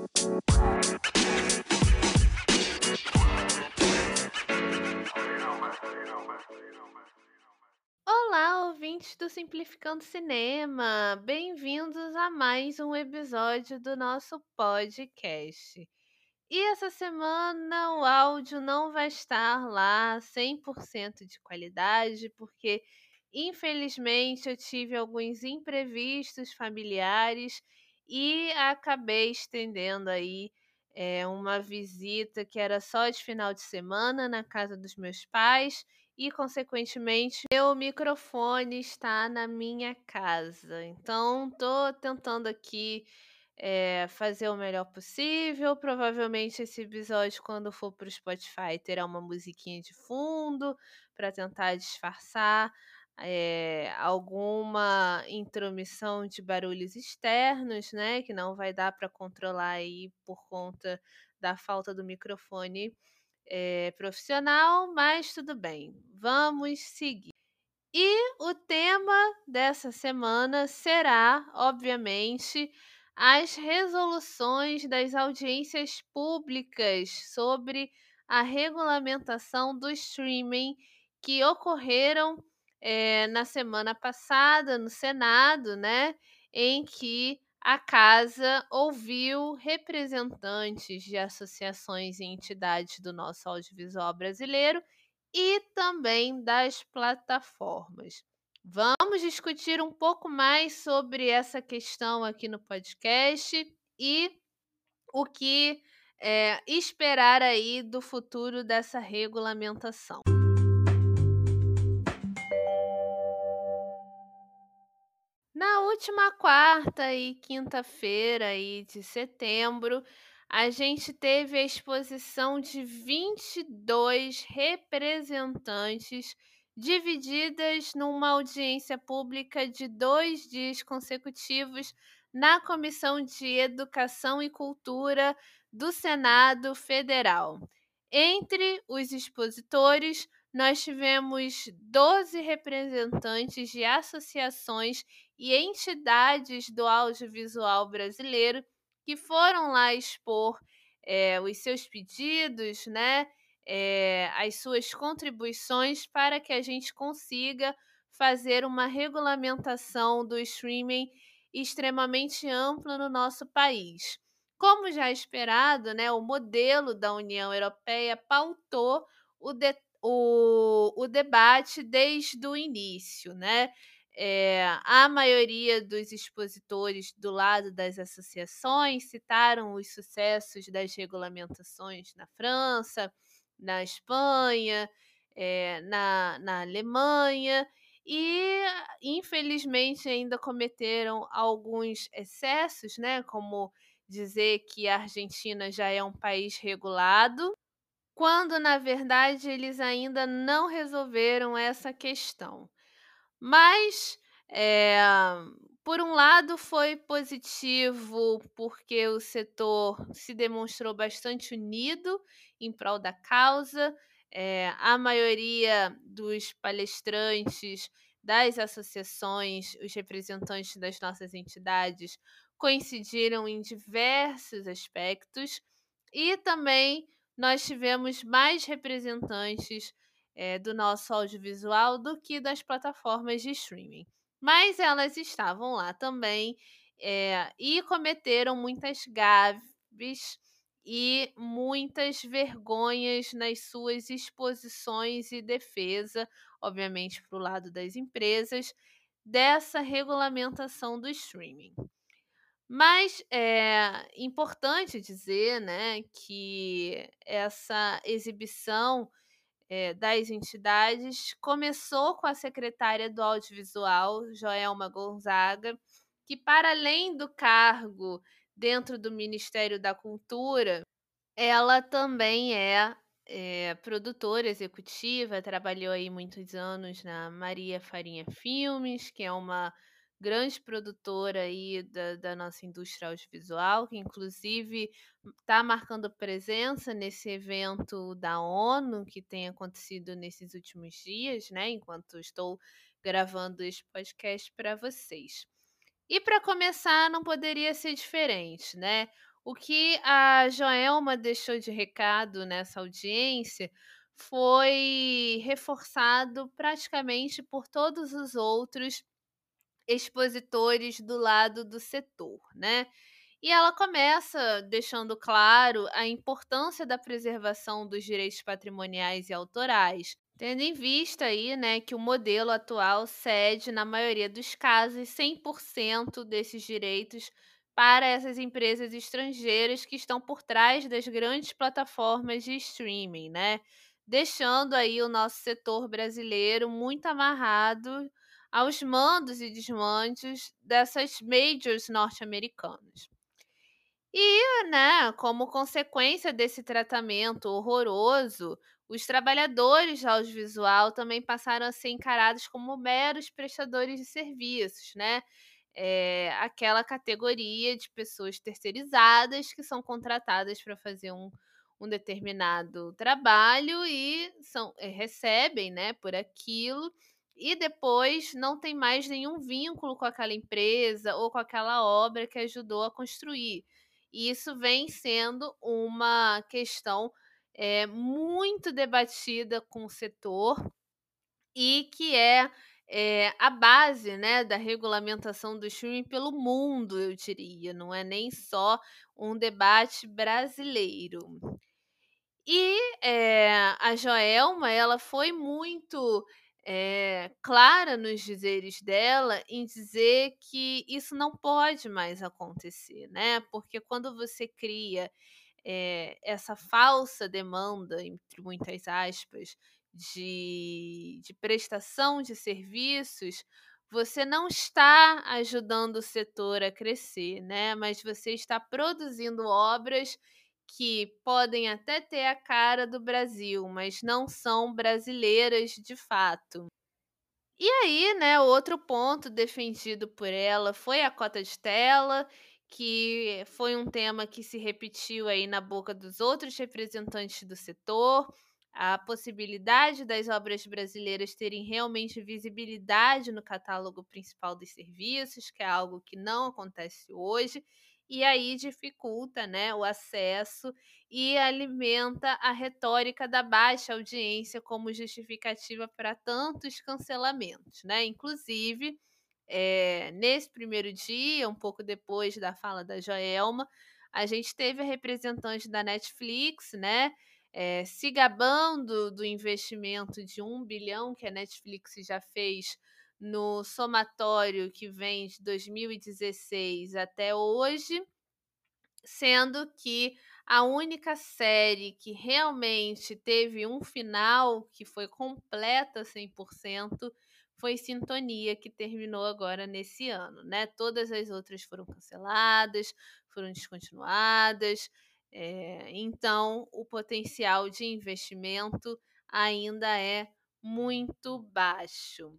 Olá, ouvintes do Simplificando Cinema! Bem-vindos a mais um episódio do nosso podcast. E essa semana o áudio não vai estar lá 100% de qualidade, porque infelizmente eu tive alguns imprevistos familiares e acabei estendendo aí uma visita que era só de final de semana na casa dos meus pais e, consequentemente, meu microfone está na minha casa. Então, tô tentando aqui fazer o melhor possível. Provavelmente esse episódio, quando for para o Spotify, terá uma musiquinha de fundo para tentar disfarçar alguma intromissão de barulhos externos, né? Que não vai dar para controlar aí por conta da falta do microfone profissional, mas tudo bem, vamos seguir. E o tema dessa semana será, obviamente, as resoluções das audiências públicas sobre a regulamentação do streaming que ocorreram na semana passada no Senado, né? Em que a casa ouviu representantes de associações e entidades do nosso audiovisual brasileiro e também das plataformas. Vamos discutir um pouco mais sobre essa questão aqui no podcast e o que esperar aí do futuro dessa regulamentação. Na última quarta e quinta-feira aí de setembro, a gente teve a exposição de 22 representantes divididas numa audiência pública de 2 dias consecutivos na Comissão de Educação e Cultura do Senado Federal. Entre os expositores, nós tivemos 12 representantes de associações e entidades do audiovisual brasileiro que foram lá expor os seus pedidos, né, as suas contribuições para que a gente consiga fazer uma regulamentação do streaming extremamente ampla no nosso país. Como já esperado, né, o modelo da União Europeia pautou o debate desde o início, né? A maioria dos expositores do lado das associações citaram os sucessos das regulamentações na França, na Espanha, na Alemanha e, infelizmente, ainda cometeram alguns excessos, né, como dizer que a Argentina já é um país regulado, quando na verdade eles ainda não resolveram essa questão. Mas, eh, por um lado foi positivo, porque o setor se demonstrou bastante unido em prol da causa, a maioria dos palestrantes, das associações, os representantes das nossas entidades coincidiram em diversos aspectos e também nós tivemos mais representantes do nosso audiovisual do que das plataformas de streaming. Mas elas estavam lá também e cometeram muitas gafes e muitas vergonhas nas suas exposições e defesa, obviamente, para o lado das empresas, dessa regulamentação do streaming. Mas é importante dizer, né, que essa exibição das entidades começou com a secretária do Audiovisual, Joelma Gonzaga, que, para além do cargo dentro do Ministério da Cultura, ela também é produtora executiva, trabalhou aí muitos anos na Maria Farinha Filmes, que é uma grande produtora aí da nossa indústria audiovisual, que inclusive está marcando presença nesse evento da ONU que tem acontecido nesses últimos dias, né, enquanto estou gravando esse podcast para vocês. E para começar, não poderia ser diferente, né? O que a Joelma deixou de recado nessa audiência foi reforçado praticamente por todos os outros expositores do lado do setor, né. E ela começa deixando claro a importância da preservação dos direitos patrimoniais e autorais, tendo em vista aí, né, que o modelo atual cede, na maioria dos casos, 100% desses direitos para essas empresas estrangeiras que estão por trás das grandes plataformas de streaming, né, deixando aí o nosso setor brasileiro muito amarrado aos mandos e desmandos dessas majors norte-americanas. E, né, como consequência desse tratamento horroroso, os trabalhadores de audiovisual também passaram a ser encarados como meros prestadores de serviços, né? Aquela categoria de pessoas terceirizadas que são contratadas para fazer um determinado trabalho e recebem, né, por aquilo, e depois não tem mais nenhum vínculo com aquela empresa ou com aquela obra que ajudou a construir. E isso vem sendo uma questão muito debatida com o setor e que a base, né, da regulamentação do streaming pelo mundo, eu diria, não é nem só um debate brasileiro. E, a Joelma, ela foi muito, clara nos dizeres dela em dizer que isso não pode mais acontecer, né, porque quando você cria essa falsa demanda, entre muitas aspas, de prestação de serviços, você não está ajudando o setor a crescer, né? Mas você está produzindo obras que podem até ter a cara do Brasil, mas não são brasileiras de fato. E aí, né, outro ponto defendido por ela foi a cota de tela, que foi um tema que se repetiu aí na boca dos outros representantes do setor, a possibilidade das obras brasileiras terem realmente visibilidade no catálogo principal dos serviços, que é algo que não acontece hoje, e aí dificulta, né, o acesso e alimenta a retórica da baixa audiência como justificativa para tantos cancelamentos, né. Inclusive, nesse primeiro dia, um pouco depois da fala da Joelma, a gente teve a representante da Netflix, né, se gabando do investimento de 1 bilhão que a Netflix já fez no somatório que vem de 2016 até hoje, sendo que a única série que realmente teve um final que foi completa 100% foi Sintonia, que terminou agora nesse ano, né. Todas as outras foram canceladas, foram descontinuadas, então o potencial de investimento ainda é muito baixo.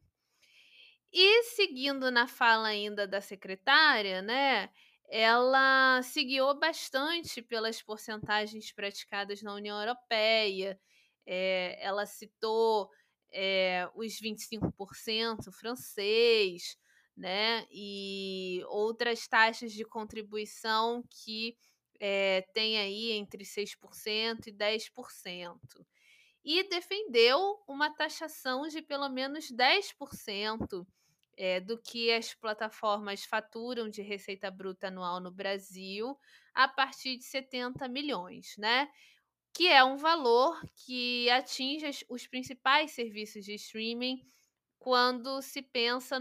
E seguindo na fala ainda da secretária, né, ela se guiou bastante pelas porcentagens praticadas na União Europeia. Ela citou, os 25% francês, né, e outras taxas de contribuição que, tem aí entre 6% e 10%. E defendeu uma taxação de pelo menos 10%, do que as plataformas faturam de receita bruta anual no Brasil, a partir de 70 milhões, né, que é um valor que atinge os principais serviços de streaming quando se pensa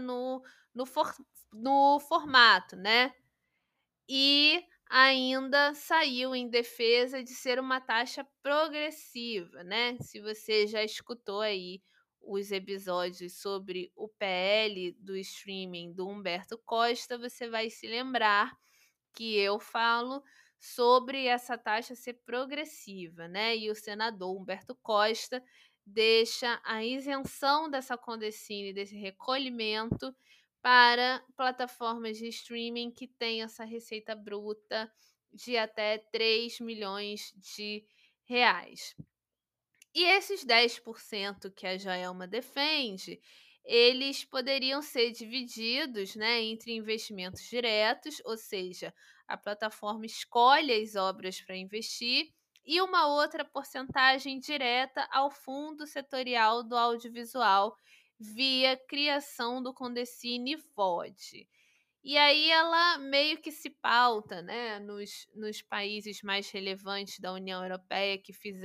no formato, né. E ainda saiu em defesa de ser uma taxa progressiva, né. Se você já escutou aí os episódios sobre o PL do streaming do Humberto Costa, você vai se lembrar que eu falo sobre essa taxa ser progressiva, né, e o senador Humberto Costa deixa a isenção dessa Condecine, desse recolhimento, para plataformas de streaming que têm essa receita bruta de até 3 milhões de reais. E esses 10% que a Joelma defende, eles poderiam ser divididos, né, entre investimentos diretos, ou seja, a plataforma escolhe as obras para investir, e uma outra porcentagem direta ao Fundo Setorial do Audiovisual, via criação do Condecine VOD. E aí ela meio que se pauta, né, nos países mais relevantes da União Europeia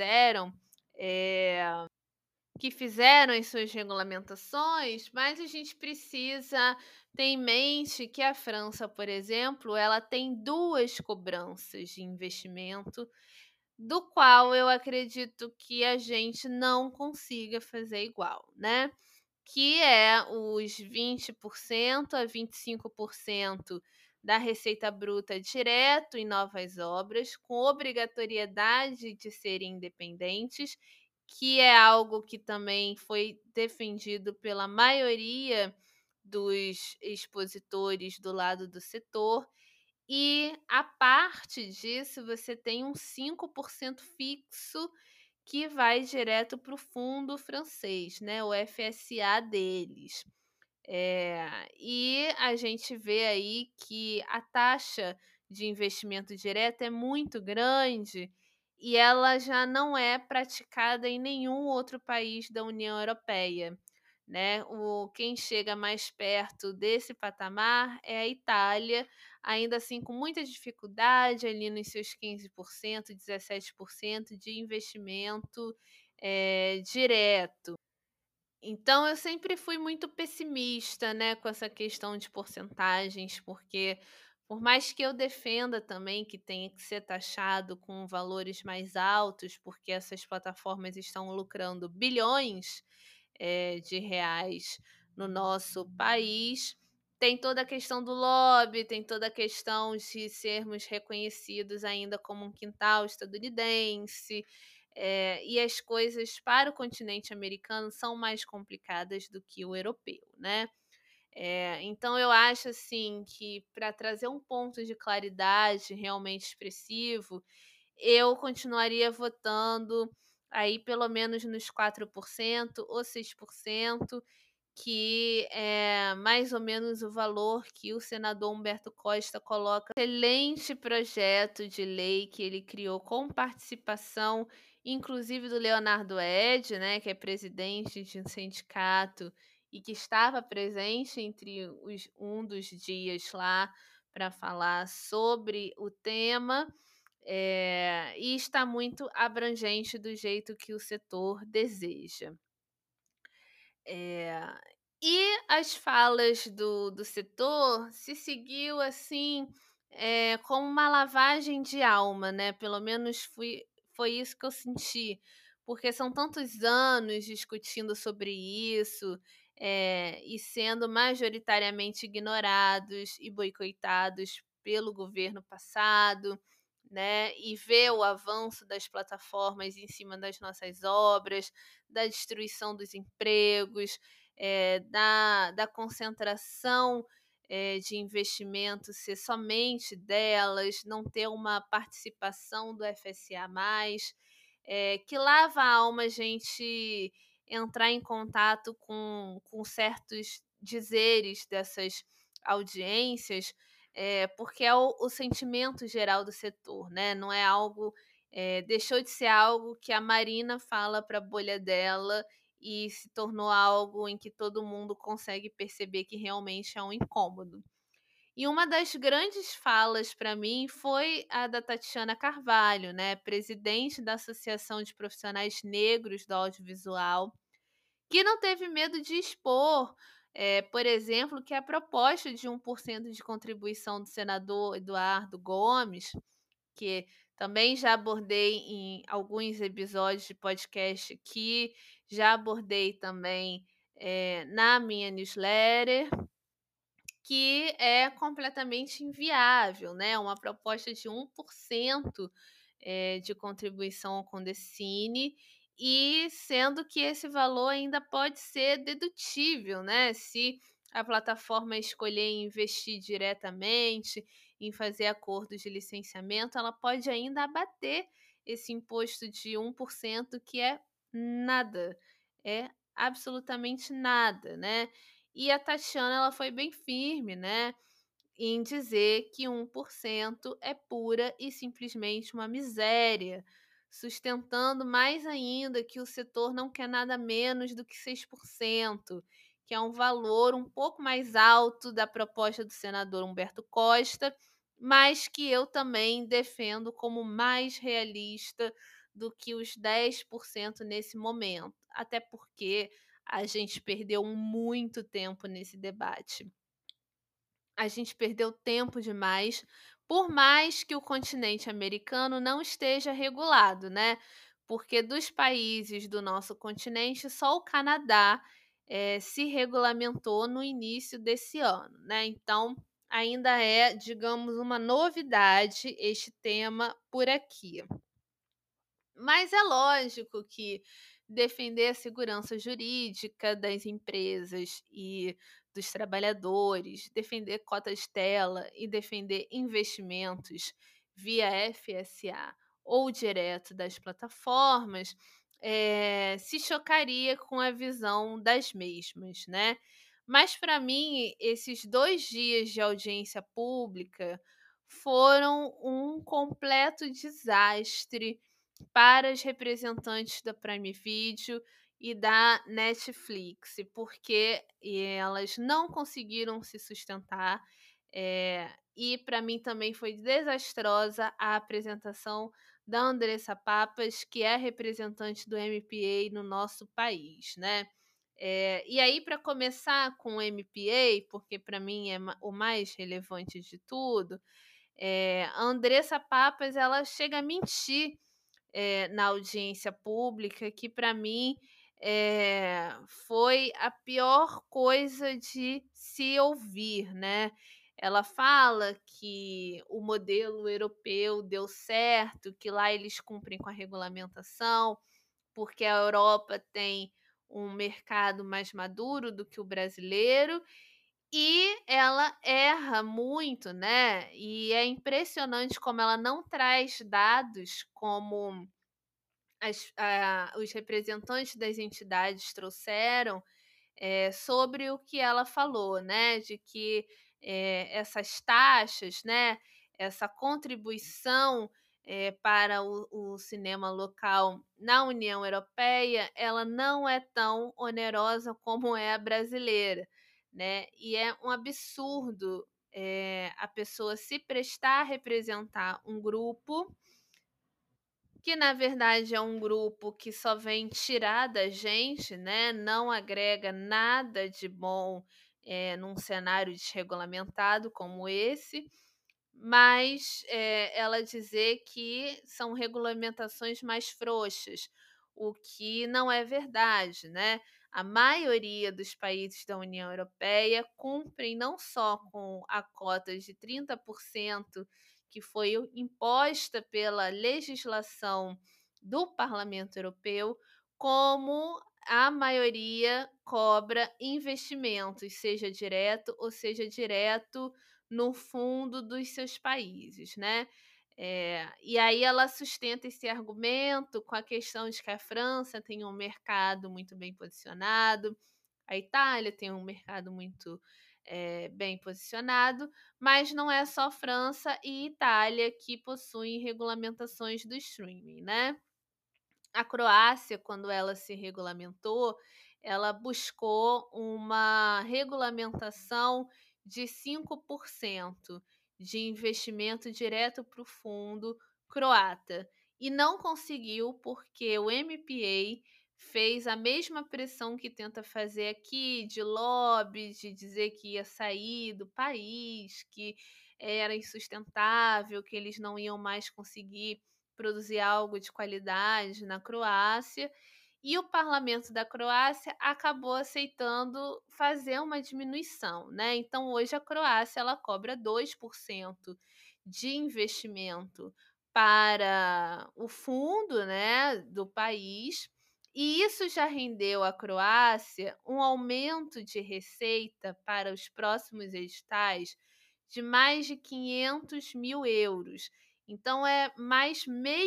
eh, que fizeram as suas regulamentações, mas a gente precisa ter em mente que a França, por exemplo, ela tem 2 cobranças de investimento, do qual eu acredito que a gente não consiga fazer igual, né, que é os 20% a 25% da receita bruta direto em novas obras, com obrigatoriedade de serem independentes, que é algo que também foi defendido pela maioria dos expositores do lado do setor. E, a parte disso, você tem um 5% fixo que vai direto para o fundo francês, né, o FSA deles. E a gente vê aí que a taxa de investimento direto é muito grande e ela já não é praticada em nenhum outro país da União Europeia, né. Quem chega mais perto desse patamar é a Itália, ainda assim com muita dificuldade, ali nos seus 15%, 17% de investimento, direto. Então eu sempre fui muito pessimista, né, com essa questão de porcentagens, porque por mais que eu defenda também que tenha que ser taxado com valores mais altos, porque essas plataformas estão lucrando bilhões, de reais no nosso país, tem toda a questão do lobby, tem toda a questão de sermos reconhecidos ainda como um quintal estadunidense, e as coisas para o continente americano são mais complicadas do que o europeu, né. Então eu acho, assim, que para trazer um ponto de claridade realmente expressivo, eu continuaria votando aí pelo menos nos 4% ou 6%, que é mais ou menos o valor que o senador Humberto Costa coloca. Excelente projeto de lei que ele criou com participação, inclusive do Leonardo Ed, né, que é presidente de um sindicato e que estava presente entre um dos dias lá para falar sobre o tema. E está muito abrangente do jeito que o setor deseja. Eh, e as falas do setor se seguiu, assim, como uma lavagem de alma, né, pelo menos foi isso que eu senti, porque são tantos anos discutindo sobre isso, e sendo majoritariamente ignorados e boicotados pelo governo passado, né, e ver o avanço das plataformas em cima das nossas obras, da destruição dos empregos, da concentração, de investimento ser somente delas, não ter uma participação do FSA mais, que lava a alma a gente entrar em contato com certos dizeres dessas audiências, porque é o sentimento geral do setor, né, não é algo deixou de ser algo que a Marina fala para a bolha dela e se tornou algo em que todo mundo consegue perceber que realmente é um incômodo. E uma das grandes falas para mim foi a da Tatiana Carvalho, né, presidente da Associação de Profissionais Negros do Audiovisual, que não teve medo de expor, por exemplo, que a proposta de 1% de contribuição do senador Eduardo Gomes, que também já abordei em alguns episódios de podcast aqui, já abordei também, na minha newsletter, que é completamente inviável, né, uma proposta de 1%, de contribuição ao Condecine, e sendo que esse valor ainda pode ser dedutível, né, se a plataforma escolher investir diretamente, em fazer acordos de licenciamento, ela pode ainda abater esse imposto de 1%, que é nada, é absolutamente nada, né. E a Tatiana, ela foi bem firme, né, em dizer que 1% é pura e simplesmente uma miséria, sustentando mais ainda que o setor não quer nada menos do que 6%, que é um valor um pouco mais alto da proposta do senador Humberto Costa, mas que eu também defendo como mais realista do que os 10% nesse momento, até porque a gente perdeu muito tempo nesse debate. A gente perdeu tempo demais, por mais que o continente americano não esteja regulado, né? Porque dos países do nosso continente, só o Canadá se regulamentou no início desse ano, né? Então, ainda é, digamos, uma novidade este tema por aqui. Mas é lógico que defender a segurança jurídica das empresas e dos trabalhadores, defender cotas tela e defender investimentos via FSA ou direto das plataformas, se chocaria com a visão das mesmas, né? Mas para mim, esses 2 dias de audiência pública foram um completo desastre para as representantes da Prime Video e da Netflix, porque elas não conseguiram se sustentar, e para mim também foi desastrosa a apresentação da Andressa Papas, que é representante do MPA no nosso país, né. E aí para começar com o MPA, porque para mim é o mais relevante de tudo, a Andressa Papas ela chega a mentir na audiência pública, que para mim, foi a pior coisa de se ouvir, né. Ela fala que o modelo europeu deu certo, que lá eles cumprem com a regulamentação, porque a Europa tem um mercado mais maduro do que o brasileiro, e ela erra muito, né, e é impressionante como ela não traz dados como os representantes das entidades trouxeram, sobre o que ela falou, né, de que, essas taxas, né, essa contribuição, para o cinema local na União Europeia, ela não é tão onerosa como é a brasileira, né. E é um absurdo, a pessoa se prestar a representar um grupo que na verdade é um grupo que só vem tirar da gente, né, não agrega nada de bom, num cenário desregulamentado como esse, mas, ela dizer que são regulamentações mais frouxas, o que não é verdade, né. A maioria dos países da União Europeia cumprem não só com a cota de 30% que foi imposta pela legislação do Parlamento Europeu, como a maioria cobra investimentos, seja direto ou seja direto no fundo dos seus países, né. E aí ela sustenta esse argumento com a questão de que a França tem um mercado muito bem posicionado, a Itália tem um mercado muito, bem posicionado, mas não é só França e Itália que possuem regulamentações do streaming, né. A Croácia, quando ela se regulamentou, ela buscou uma regulamentação de 5% de investimento direto para o fundo croata e não conseguiu, porque o MPA fez a mesma pressão que tenta fazer aqui, de lobby, de dizer que ia sair do país, que era insustentável, que eles não iam mais conseguir produzir algo de qualidade na Croácia, e o parlamento da Croácia acabou aceitando fazer uma diminuição, né. Então hoje a Croácia ela cobra 2% de investimento para o fundo, né, do país, e isso já rendeu à Croácia um aumento de receita para os próximos editais de mais de 500.000 euros. Então é mais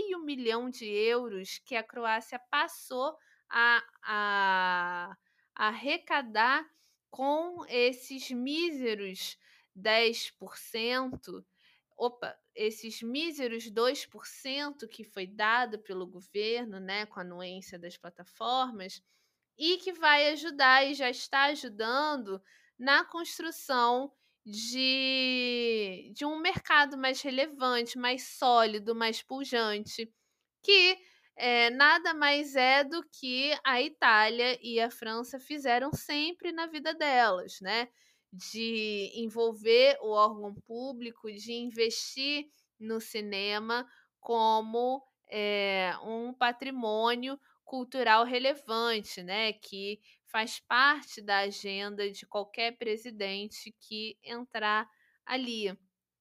€500.000 que a Croácia passou a arrecadar com esses míseros 10%, opa, esses míseros 2% que foi dado pelo governo, né, com a anuência das plataformas, e que vai ajudar e já está ajudando na construção de um mercado mais relevante, mais sólido, mais pujante, que nada mais é do que a Itália e a França fizeram sempre na vida delas, né? De envolver o órgão público, de investir no cinema como um patrimônio cultural relevante, né? Que faz parte da agenda de qualquer presidente que entrar ali.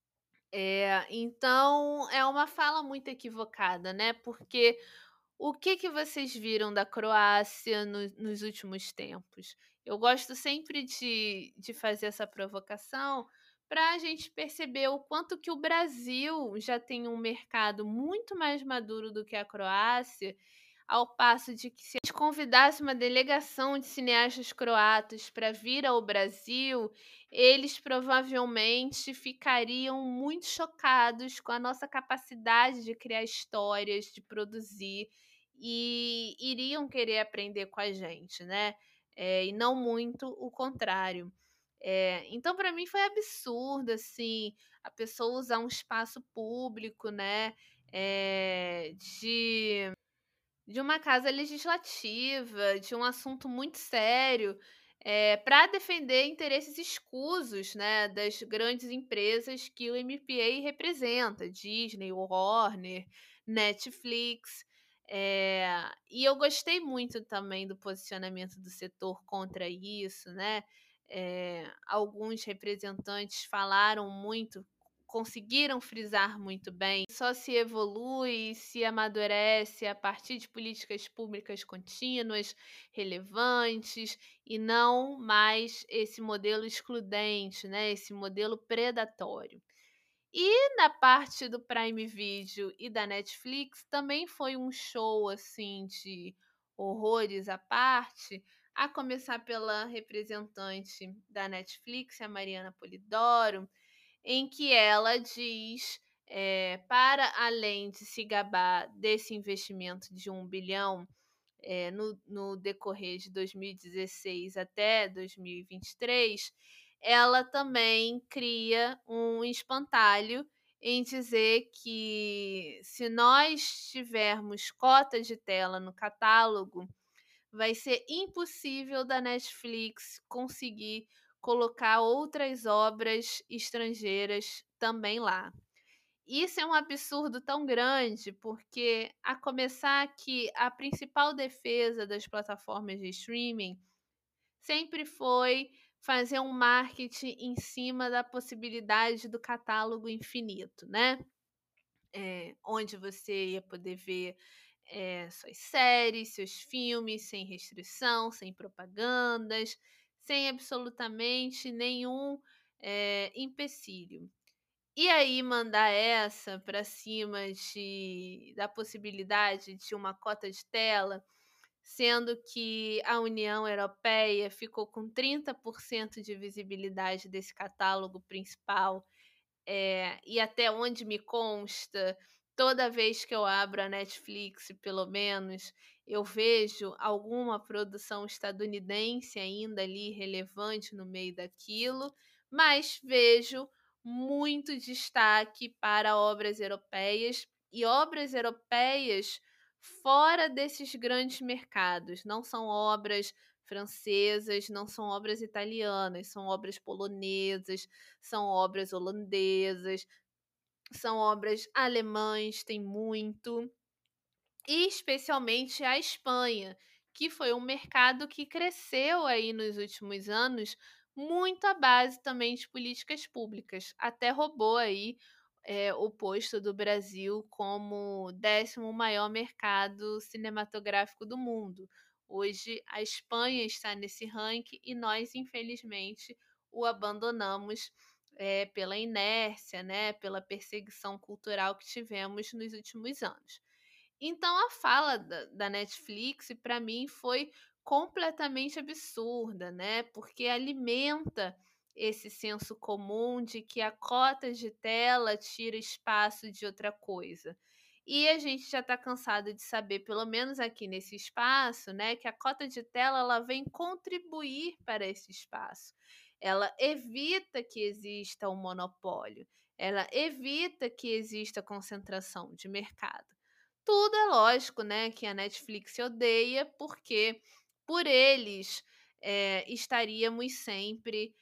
Então é uma fala muito equivocada, né? Porque o que que vocês viram da Croácia nos últimos tempos? Eu gosto sempre de fazer essa provocação para a gente perceber o quanto que o Brasil já tem um mercado muito mais maduro do que a Croácia, ao passo de que se a gente convidasse uma delegação de cineastas croatas para vir ao Brasil, eles provavelmente ficariam muito chocados com a nossa capacidade de criar histórias, de produzir, e iriam querer aprender com a gente, né, e não muito o contrário. Então para mim foi absurdo, assim, a pessoa usar um espaço público, né, de uma casa legislativa, de um assunto muito sério, para defender interesses escusos, né, das grandes empresas que o MPA representa, Disney, Warner, Netflix. E eu gostei muito também do posicionamento do setor contra isso, né. Alguns representantes falaram muito, conseguiram frisar muito bem, só se evolui, se amadurece a partir de políticas públicas contínuas, relevantes, e não mais esse modelo excludente, né, esse modelo predatório. E na parte do Prime Video e da Netflix também foi um show, assim, de horrores à parte, a começar pela representante da Netflix, a Mariana Polidoro, em que ela diz, para além de se gabar desse investimento de 1 bilhão, no decorrer de 2016 até 2023, ela também cria um espantalho em dizer que se nós tivermos cotas de tela no catálogo, vai ser impossível da Netflix conseguir colocar outras obras estrangeiras também lá. Isso é um absurdo tão grande, porque a começar que a principal defesa das plataformas de streaming sempre foi fazer um marketing em cima da possibilidade do catálogo infinito, né? Onde você ia poder ver suas séries, seus filmes, sem restrição, sem propagandas, sem absolutamente nenhum empecilho. E aí mandar essa para cima da possibilidade de uma cota de tela, sendo que a União Europeia ficou com 30% de visibilidade desse catálogo principal, e até onde me consta, toda vez que eu abro a Netflix, pelo menos, eu vejo alguma produção estadunidense ainda ali relevante no meio daquilo, mas vejo muito destaque para obras europeias fora desses grandes mercados. Não são obras francesas, não são obras italianas, são obras polonesas, são obras holandesas, são obras alemãs, tem muito, e especialmente a Espanha, que foi um mercado que cresceu aí nos últimos anos, muito à base também de políticas públicas. Até roubou aí o posto do Brasil como 10º maior mercado cinematográfico do mundo. Hoje a Espanha está nesse ranking e nós, infelizmente, o abandonamos pela inércia, né, pela perseguição cultural que tivemos nos últimos anos. Então a fala da Netflix, para mim, foi completamente absurda, né, porque alimenta esse senso comum de que a cota de tela tira espaço de outra coisa. E a gente já está cansado de saber, pelo menos aqui nesse espaço, né, que a cota de tela ela vem contribuir para esse espaço. Ela evita que exista um monopólio, ela evita que exista concentração de mercado. Tudo é lógico, né, que a Netflix odeia, porque por eles estaríamos sempre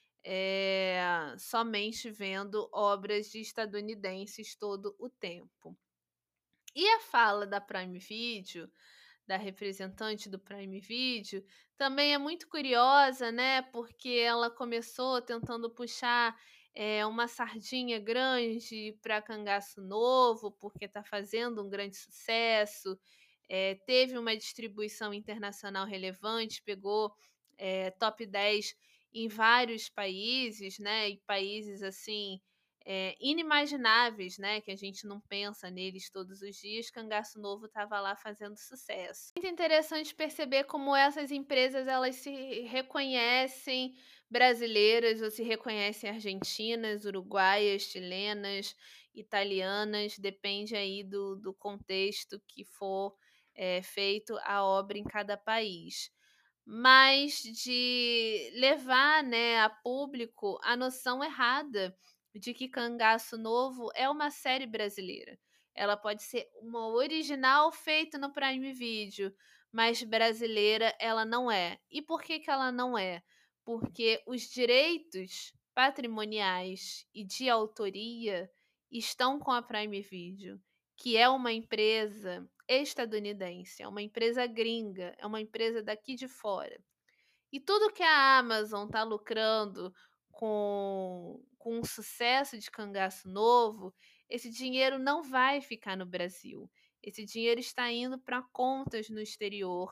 somente vendo obras de estadunidenses todo o tempo. E a fala da Prime Video, da representante do Prime Video, também é muito curiosa, né, porque ela começou tentando puxar, uma sardinha grande para Cangaço Novo, porque está fazendo um grande sucesso, teve uma distribuição internacional relevante, pegou, top 10 em vários países, né, e países, assim, inimagináveis, né, que a gente não pensa neles todos os dias, Cangaço Novo estava lá fazendo sucesso. Muito interessante perceber como essas empresas elas se reconhecem brasileiras ou se reconhecem argentinas, uruguaias, chilenas, italianas, depende aí do contexto que for feito a obra em cada país, mas de levar, né, a público a noção errada de que Cangaço Novo é uma série brasileira. Ela pode ser uma original feita no Prime Video, mas brasileira ela não é. E por que que ela não é? Porque os direitos patrimoniais e de autoria estão com a Prime Video, que é uma empresa estadunidense, é uma empresa gringa, é uma empresa daqui de fora. E tudo que a Amazon está lucrando com o sucesso de Cangaço Novo, esse dinheiro não vai ficar no Brasil. Esse dinheiro está indo para contas no exterior,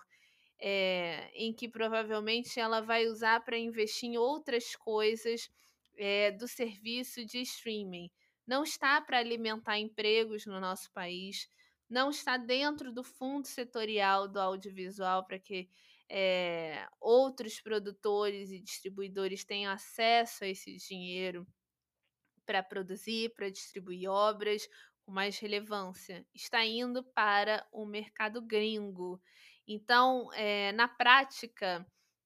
em que provavelmente ela vai usar para investir em outras coisas, do serviço de streaming. Não está para alimentar empregos no nosso país, não está dentro do fundo setorial do audiovisual para que outros produtores e distribuidores tenham acesso a esse dinheiro para produzir, para distribuir obras com mais relevância. Está indo para o mercado gringo. Então, na prática,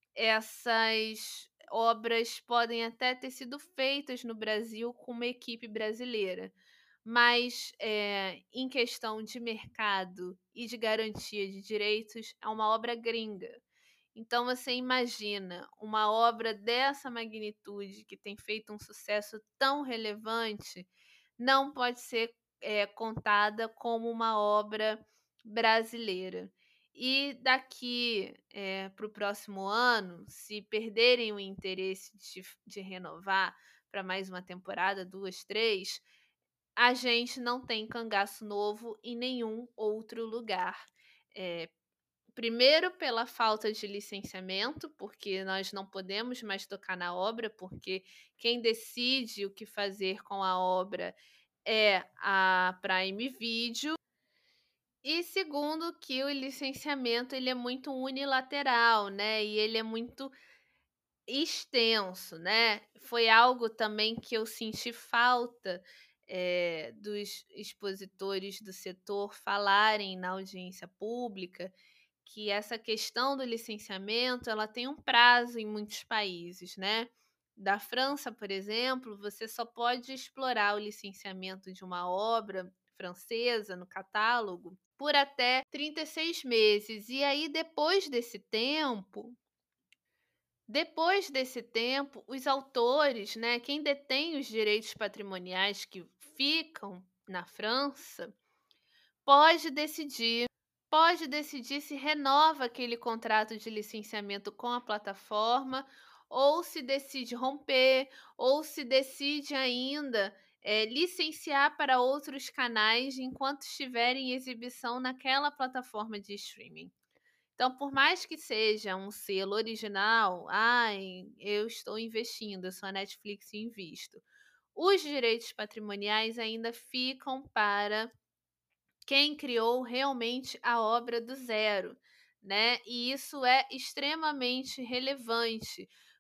essas obras podem até ter sido feitas no Brasil com uma equipe brasileira, mas, em questão de mercado e de garantia de direitos, é uma obra gringa. Então você imagina uma obra dessa magnitude, que tem feito um sucesso tão relevante, não pode ser, contada como uma obra brasileira. E daqui, para o próximo ano, se perderem o interesse de renovar para mais uma temporada, 2, 3, a gente não tem Cangaço Novo em nenhum outro lugar. Eh, Primeiro pela falta de licenciamento, porque nós não podemos mais tocar na obra, porque quem decide o que fazer com a obra é a Prime Video. E segundo que o licenciamento ele é muito unilateral, né, e ele é muito extenso, né. Foi algo também que eu senti falta, dos expositores do setor falarem na audiência pública, que essa questão do licenciamento, ela tem um prazo em muitos países, né. Da França, por exemplo, você só pode explorar o licenciamento de uma obra francesa no catálogo por até 36 meses. E aí depois desse tempo, os autores, né, quem detém os direitos patrimoniais que ficam na França, pode decidir pode decidir se renova aquele contrato de licenciamento com a plataforma, ou se decide romper, ou se decide ainda, licenciar para outros canais enquanto estiver em exibição naquela plataforma de streaming. Então, por mais que seja um selo original, "Ai, eu estou investindo, eu sou a Netflix e invisto", os direitos patrimoniais ainda ficam para quem criou realmente a obra do zero, né? E isso é extremamente relevante,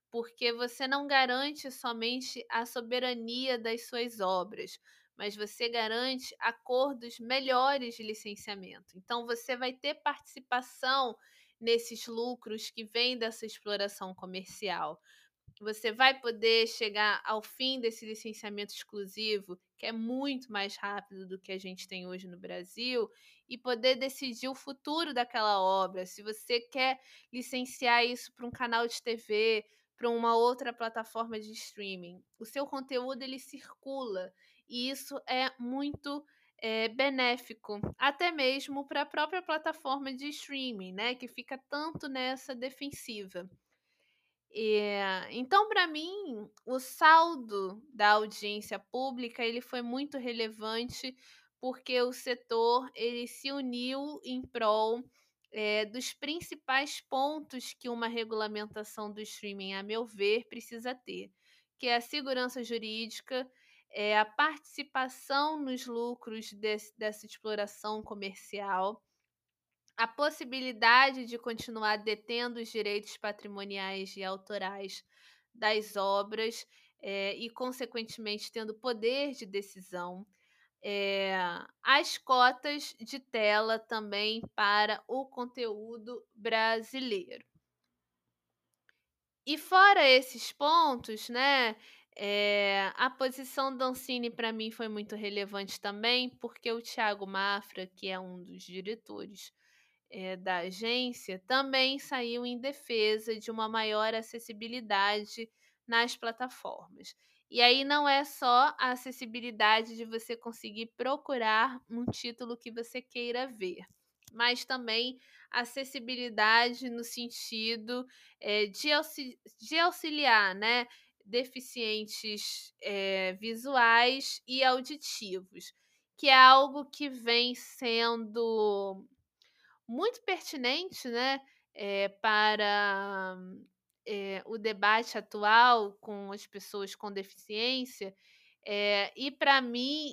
porque você não garante somente a soberania das suas obras, mas você garante acordos melhores de licenciamento. Então, você vai ter participação nesses lucros que vêm dessa exploração comercial. Você vai poder chegar ao fim desse licenciamento exclusivo, que é muito mais rápido do que a gente tem hoje no Brasil, e poder decidir o futuro daquela obra. Se você quer licenciar isso para um canal de TV, para uma outra plataforma de streaming, o seu conteúdo ele circula e isso é muito benéfico, até mesmo para a própria plataforma de streaming, né, que fica tanto nessa defensiva. Então, para mim, o saldo da audiência pública ele foi muito relevante, porque o setor ele se uniu em prol, dos principais pontos que uma regulamentação do streaming, a meu ver, precisa ter, que é a segurança jurídica, a participação nos lucros dessa exploração comercial, a possibilidade de continuar detendo os direitos patrimoniais e autorais das obras, e consequentemente tendo poder de decisão, eh, as cotas de tela também para o conteúdo brasileiro. E fora esses pontos, né, a posição da Ancine para mim foi muito relevante também, porque o Thiago Mafra, que é um dos diretores da agência, também saiu em defesa de uma maior acessibilidade nas plataformas. E aí não é só a acessibilidade de você conseguir procurar um título que você queira ver, mas também acessibilidade no sentido de auxiliar, né, deficientes visuais e auditivos, que é algo que vem sendo muito pertinente, né, para, o debate atual com as pessoas com deficiência, e para mim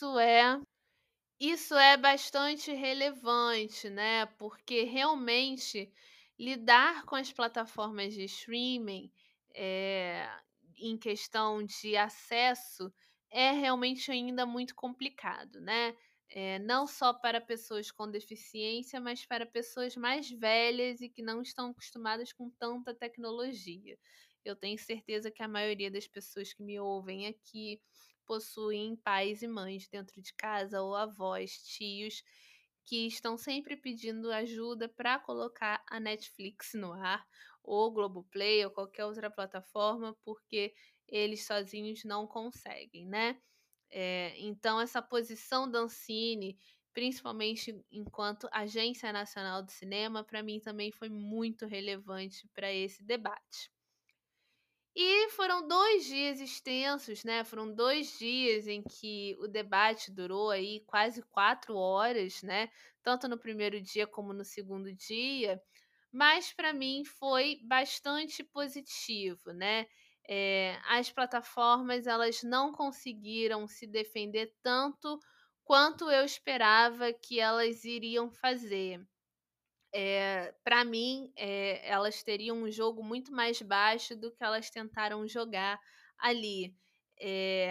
isso é bastante relevante, né, porque realmente lidar com as plataformas de streaming, eh, em questão de acesso, é realmente ainda muito complicado, né. Não só para pessoas com deficiência, mas para pessoas mais velhas e que não estão acostumadas com tanta tecnologia. Eu tenho certeza que a maioria das pessoas que me ouvem aqui possuem pais e mães dentro de casa ou avós, tios, que estão sempre pedindo ajuda para colocar a Netflix no ar, ou Globoplay, ou qualquer outra plataforma, porque eles sozinhos não conseguem, né. Então essa posição da Ancine, principalmente enquanto Agência Nacional do Cinema, para mim também foi muito relevante para esse debate. E foram 2 dias extensos, né, foram 2 dias em que o debate durou aí quase 4 horas, né, tanto no primeiro dia como no segundo dia, mas para mim foi bastante positivo, né. As plataformas elas não conseguiram se defender tanto quanto eu esperava que elas iriam fazer. Pra mim, elas teriam um jogo muito mais baixo do que elas tentaram jogar ali. Eh,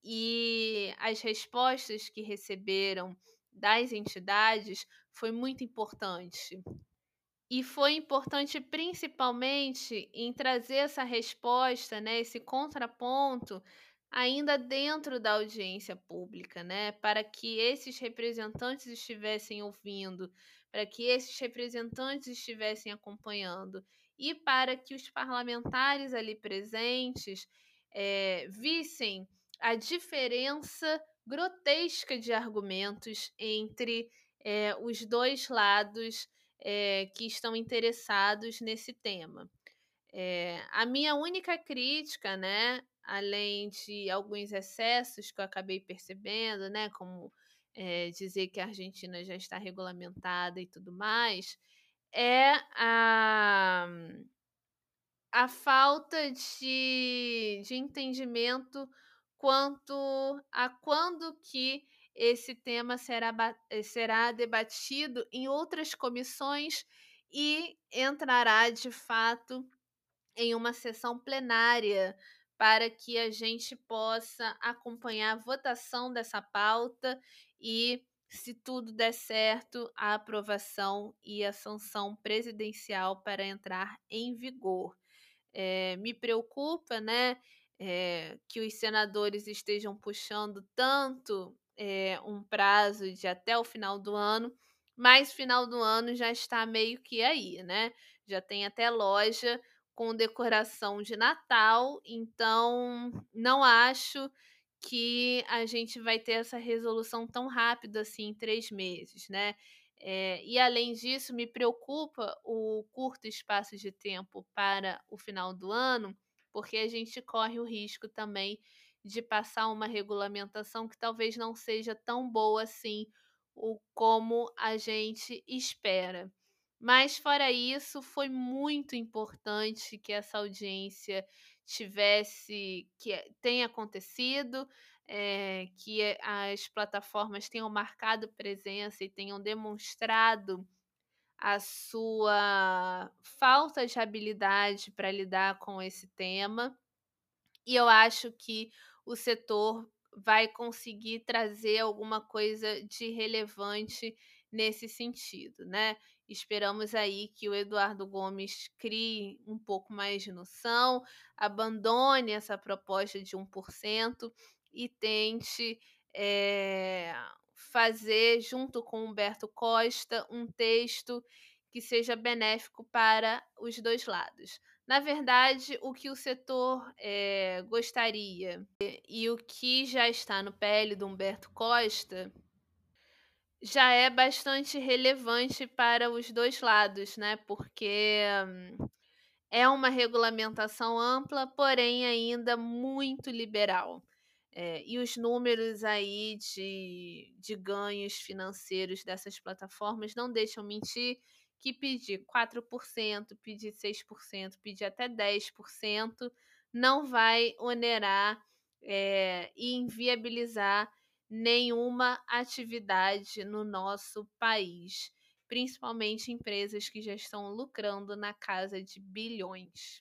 e as respostas que receberam das entidades foi muito importante. E foi importante principalmente em trazer essa resposta, né, esse contraponto, ainda dentro da audiência pública, né, para que esses representantes estivessem ouvindo, para que esses representantes estivessem acompanhando e para que os parlamentares ali presentes, vissem a diferença grotesca de argumentos entre, os 2 lados que estão interessados nesse tema. A minha única crítica, né, além de alguns excessos que eu acabei percebendo, né, como dizer que a Argentina já está regulamentada e tudo mais, é a falta de entendimento quanto a quando que esse tema será debatido em outras comissões e entrará de fato em uma sessão plenária para que a gente possa acompanhar a votação dessa pauta e, se tudo der certo, a aprovação e a sanção presidencial para entrar em vigor. Me preocupa, né, que os senadores estejam puxando tanto, um prazo de até o final do ano, mas final do ano já está meio que aí, né, já tem até loja com decoração de Natal, então não acho que a gente vai ter essa resolução tão rápido assim em 3 meses, né. E além disso, me preocupa o curto espaço de tempo para o final do ano, porque a gente corre o risco também de passar uma regulamentação que talvez não seja tão boa assim, como a gente espera. Mas fora isso, foi muito importante que essa audiência tenha acontecido, que as plataformas tenham marcado presença e tenham demonstrado a sua falta de habilidade para lidar com esse tema. E eu acho que o setor vai conseguir trazer alguma coisa de relevante nesse sentido, né. Esperamos aí que o Eduardo Gomes crie um pouco mais de noção, abandone essa proposta de 1% e tente, fazer, junto com Humberto Costa, um texto que seja benéfico para os 2 lados. Na verdade, o que o setor, gostaria e o que já está no PL do Humberto Costa, já é bastante relevante para os 2 lados, né, porque é uma regulamentação ampla, porém ainda muito liberal. E os números aí de ganhos financeiros dessas plataformas não deixam mentir, que pedir 4%, pedir 6%, pedir até 10% não vai onerar, e inviabilizar nenhuma atividade no nosso país, principalmente empresas que já estão lucrando na casa de bilhões.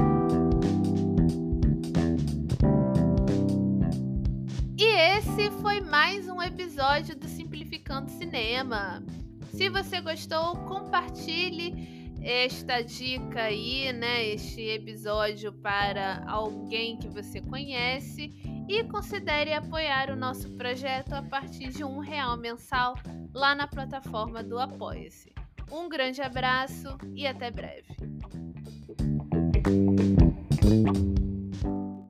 E esse foi mais um episódio do Simplificando Cinema. Se você gostou, compartilhe esta dica aí, né, este episódio para alguém que você conhece e considere apoiar o nosso projeto a partir de R$ 1 mensal lá na plataforma do Apoia-se. Um grande abraço e até breve.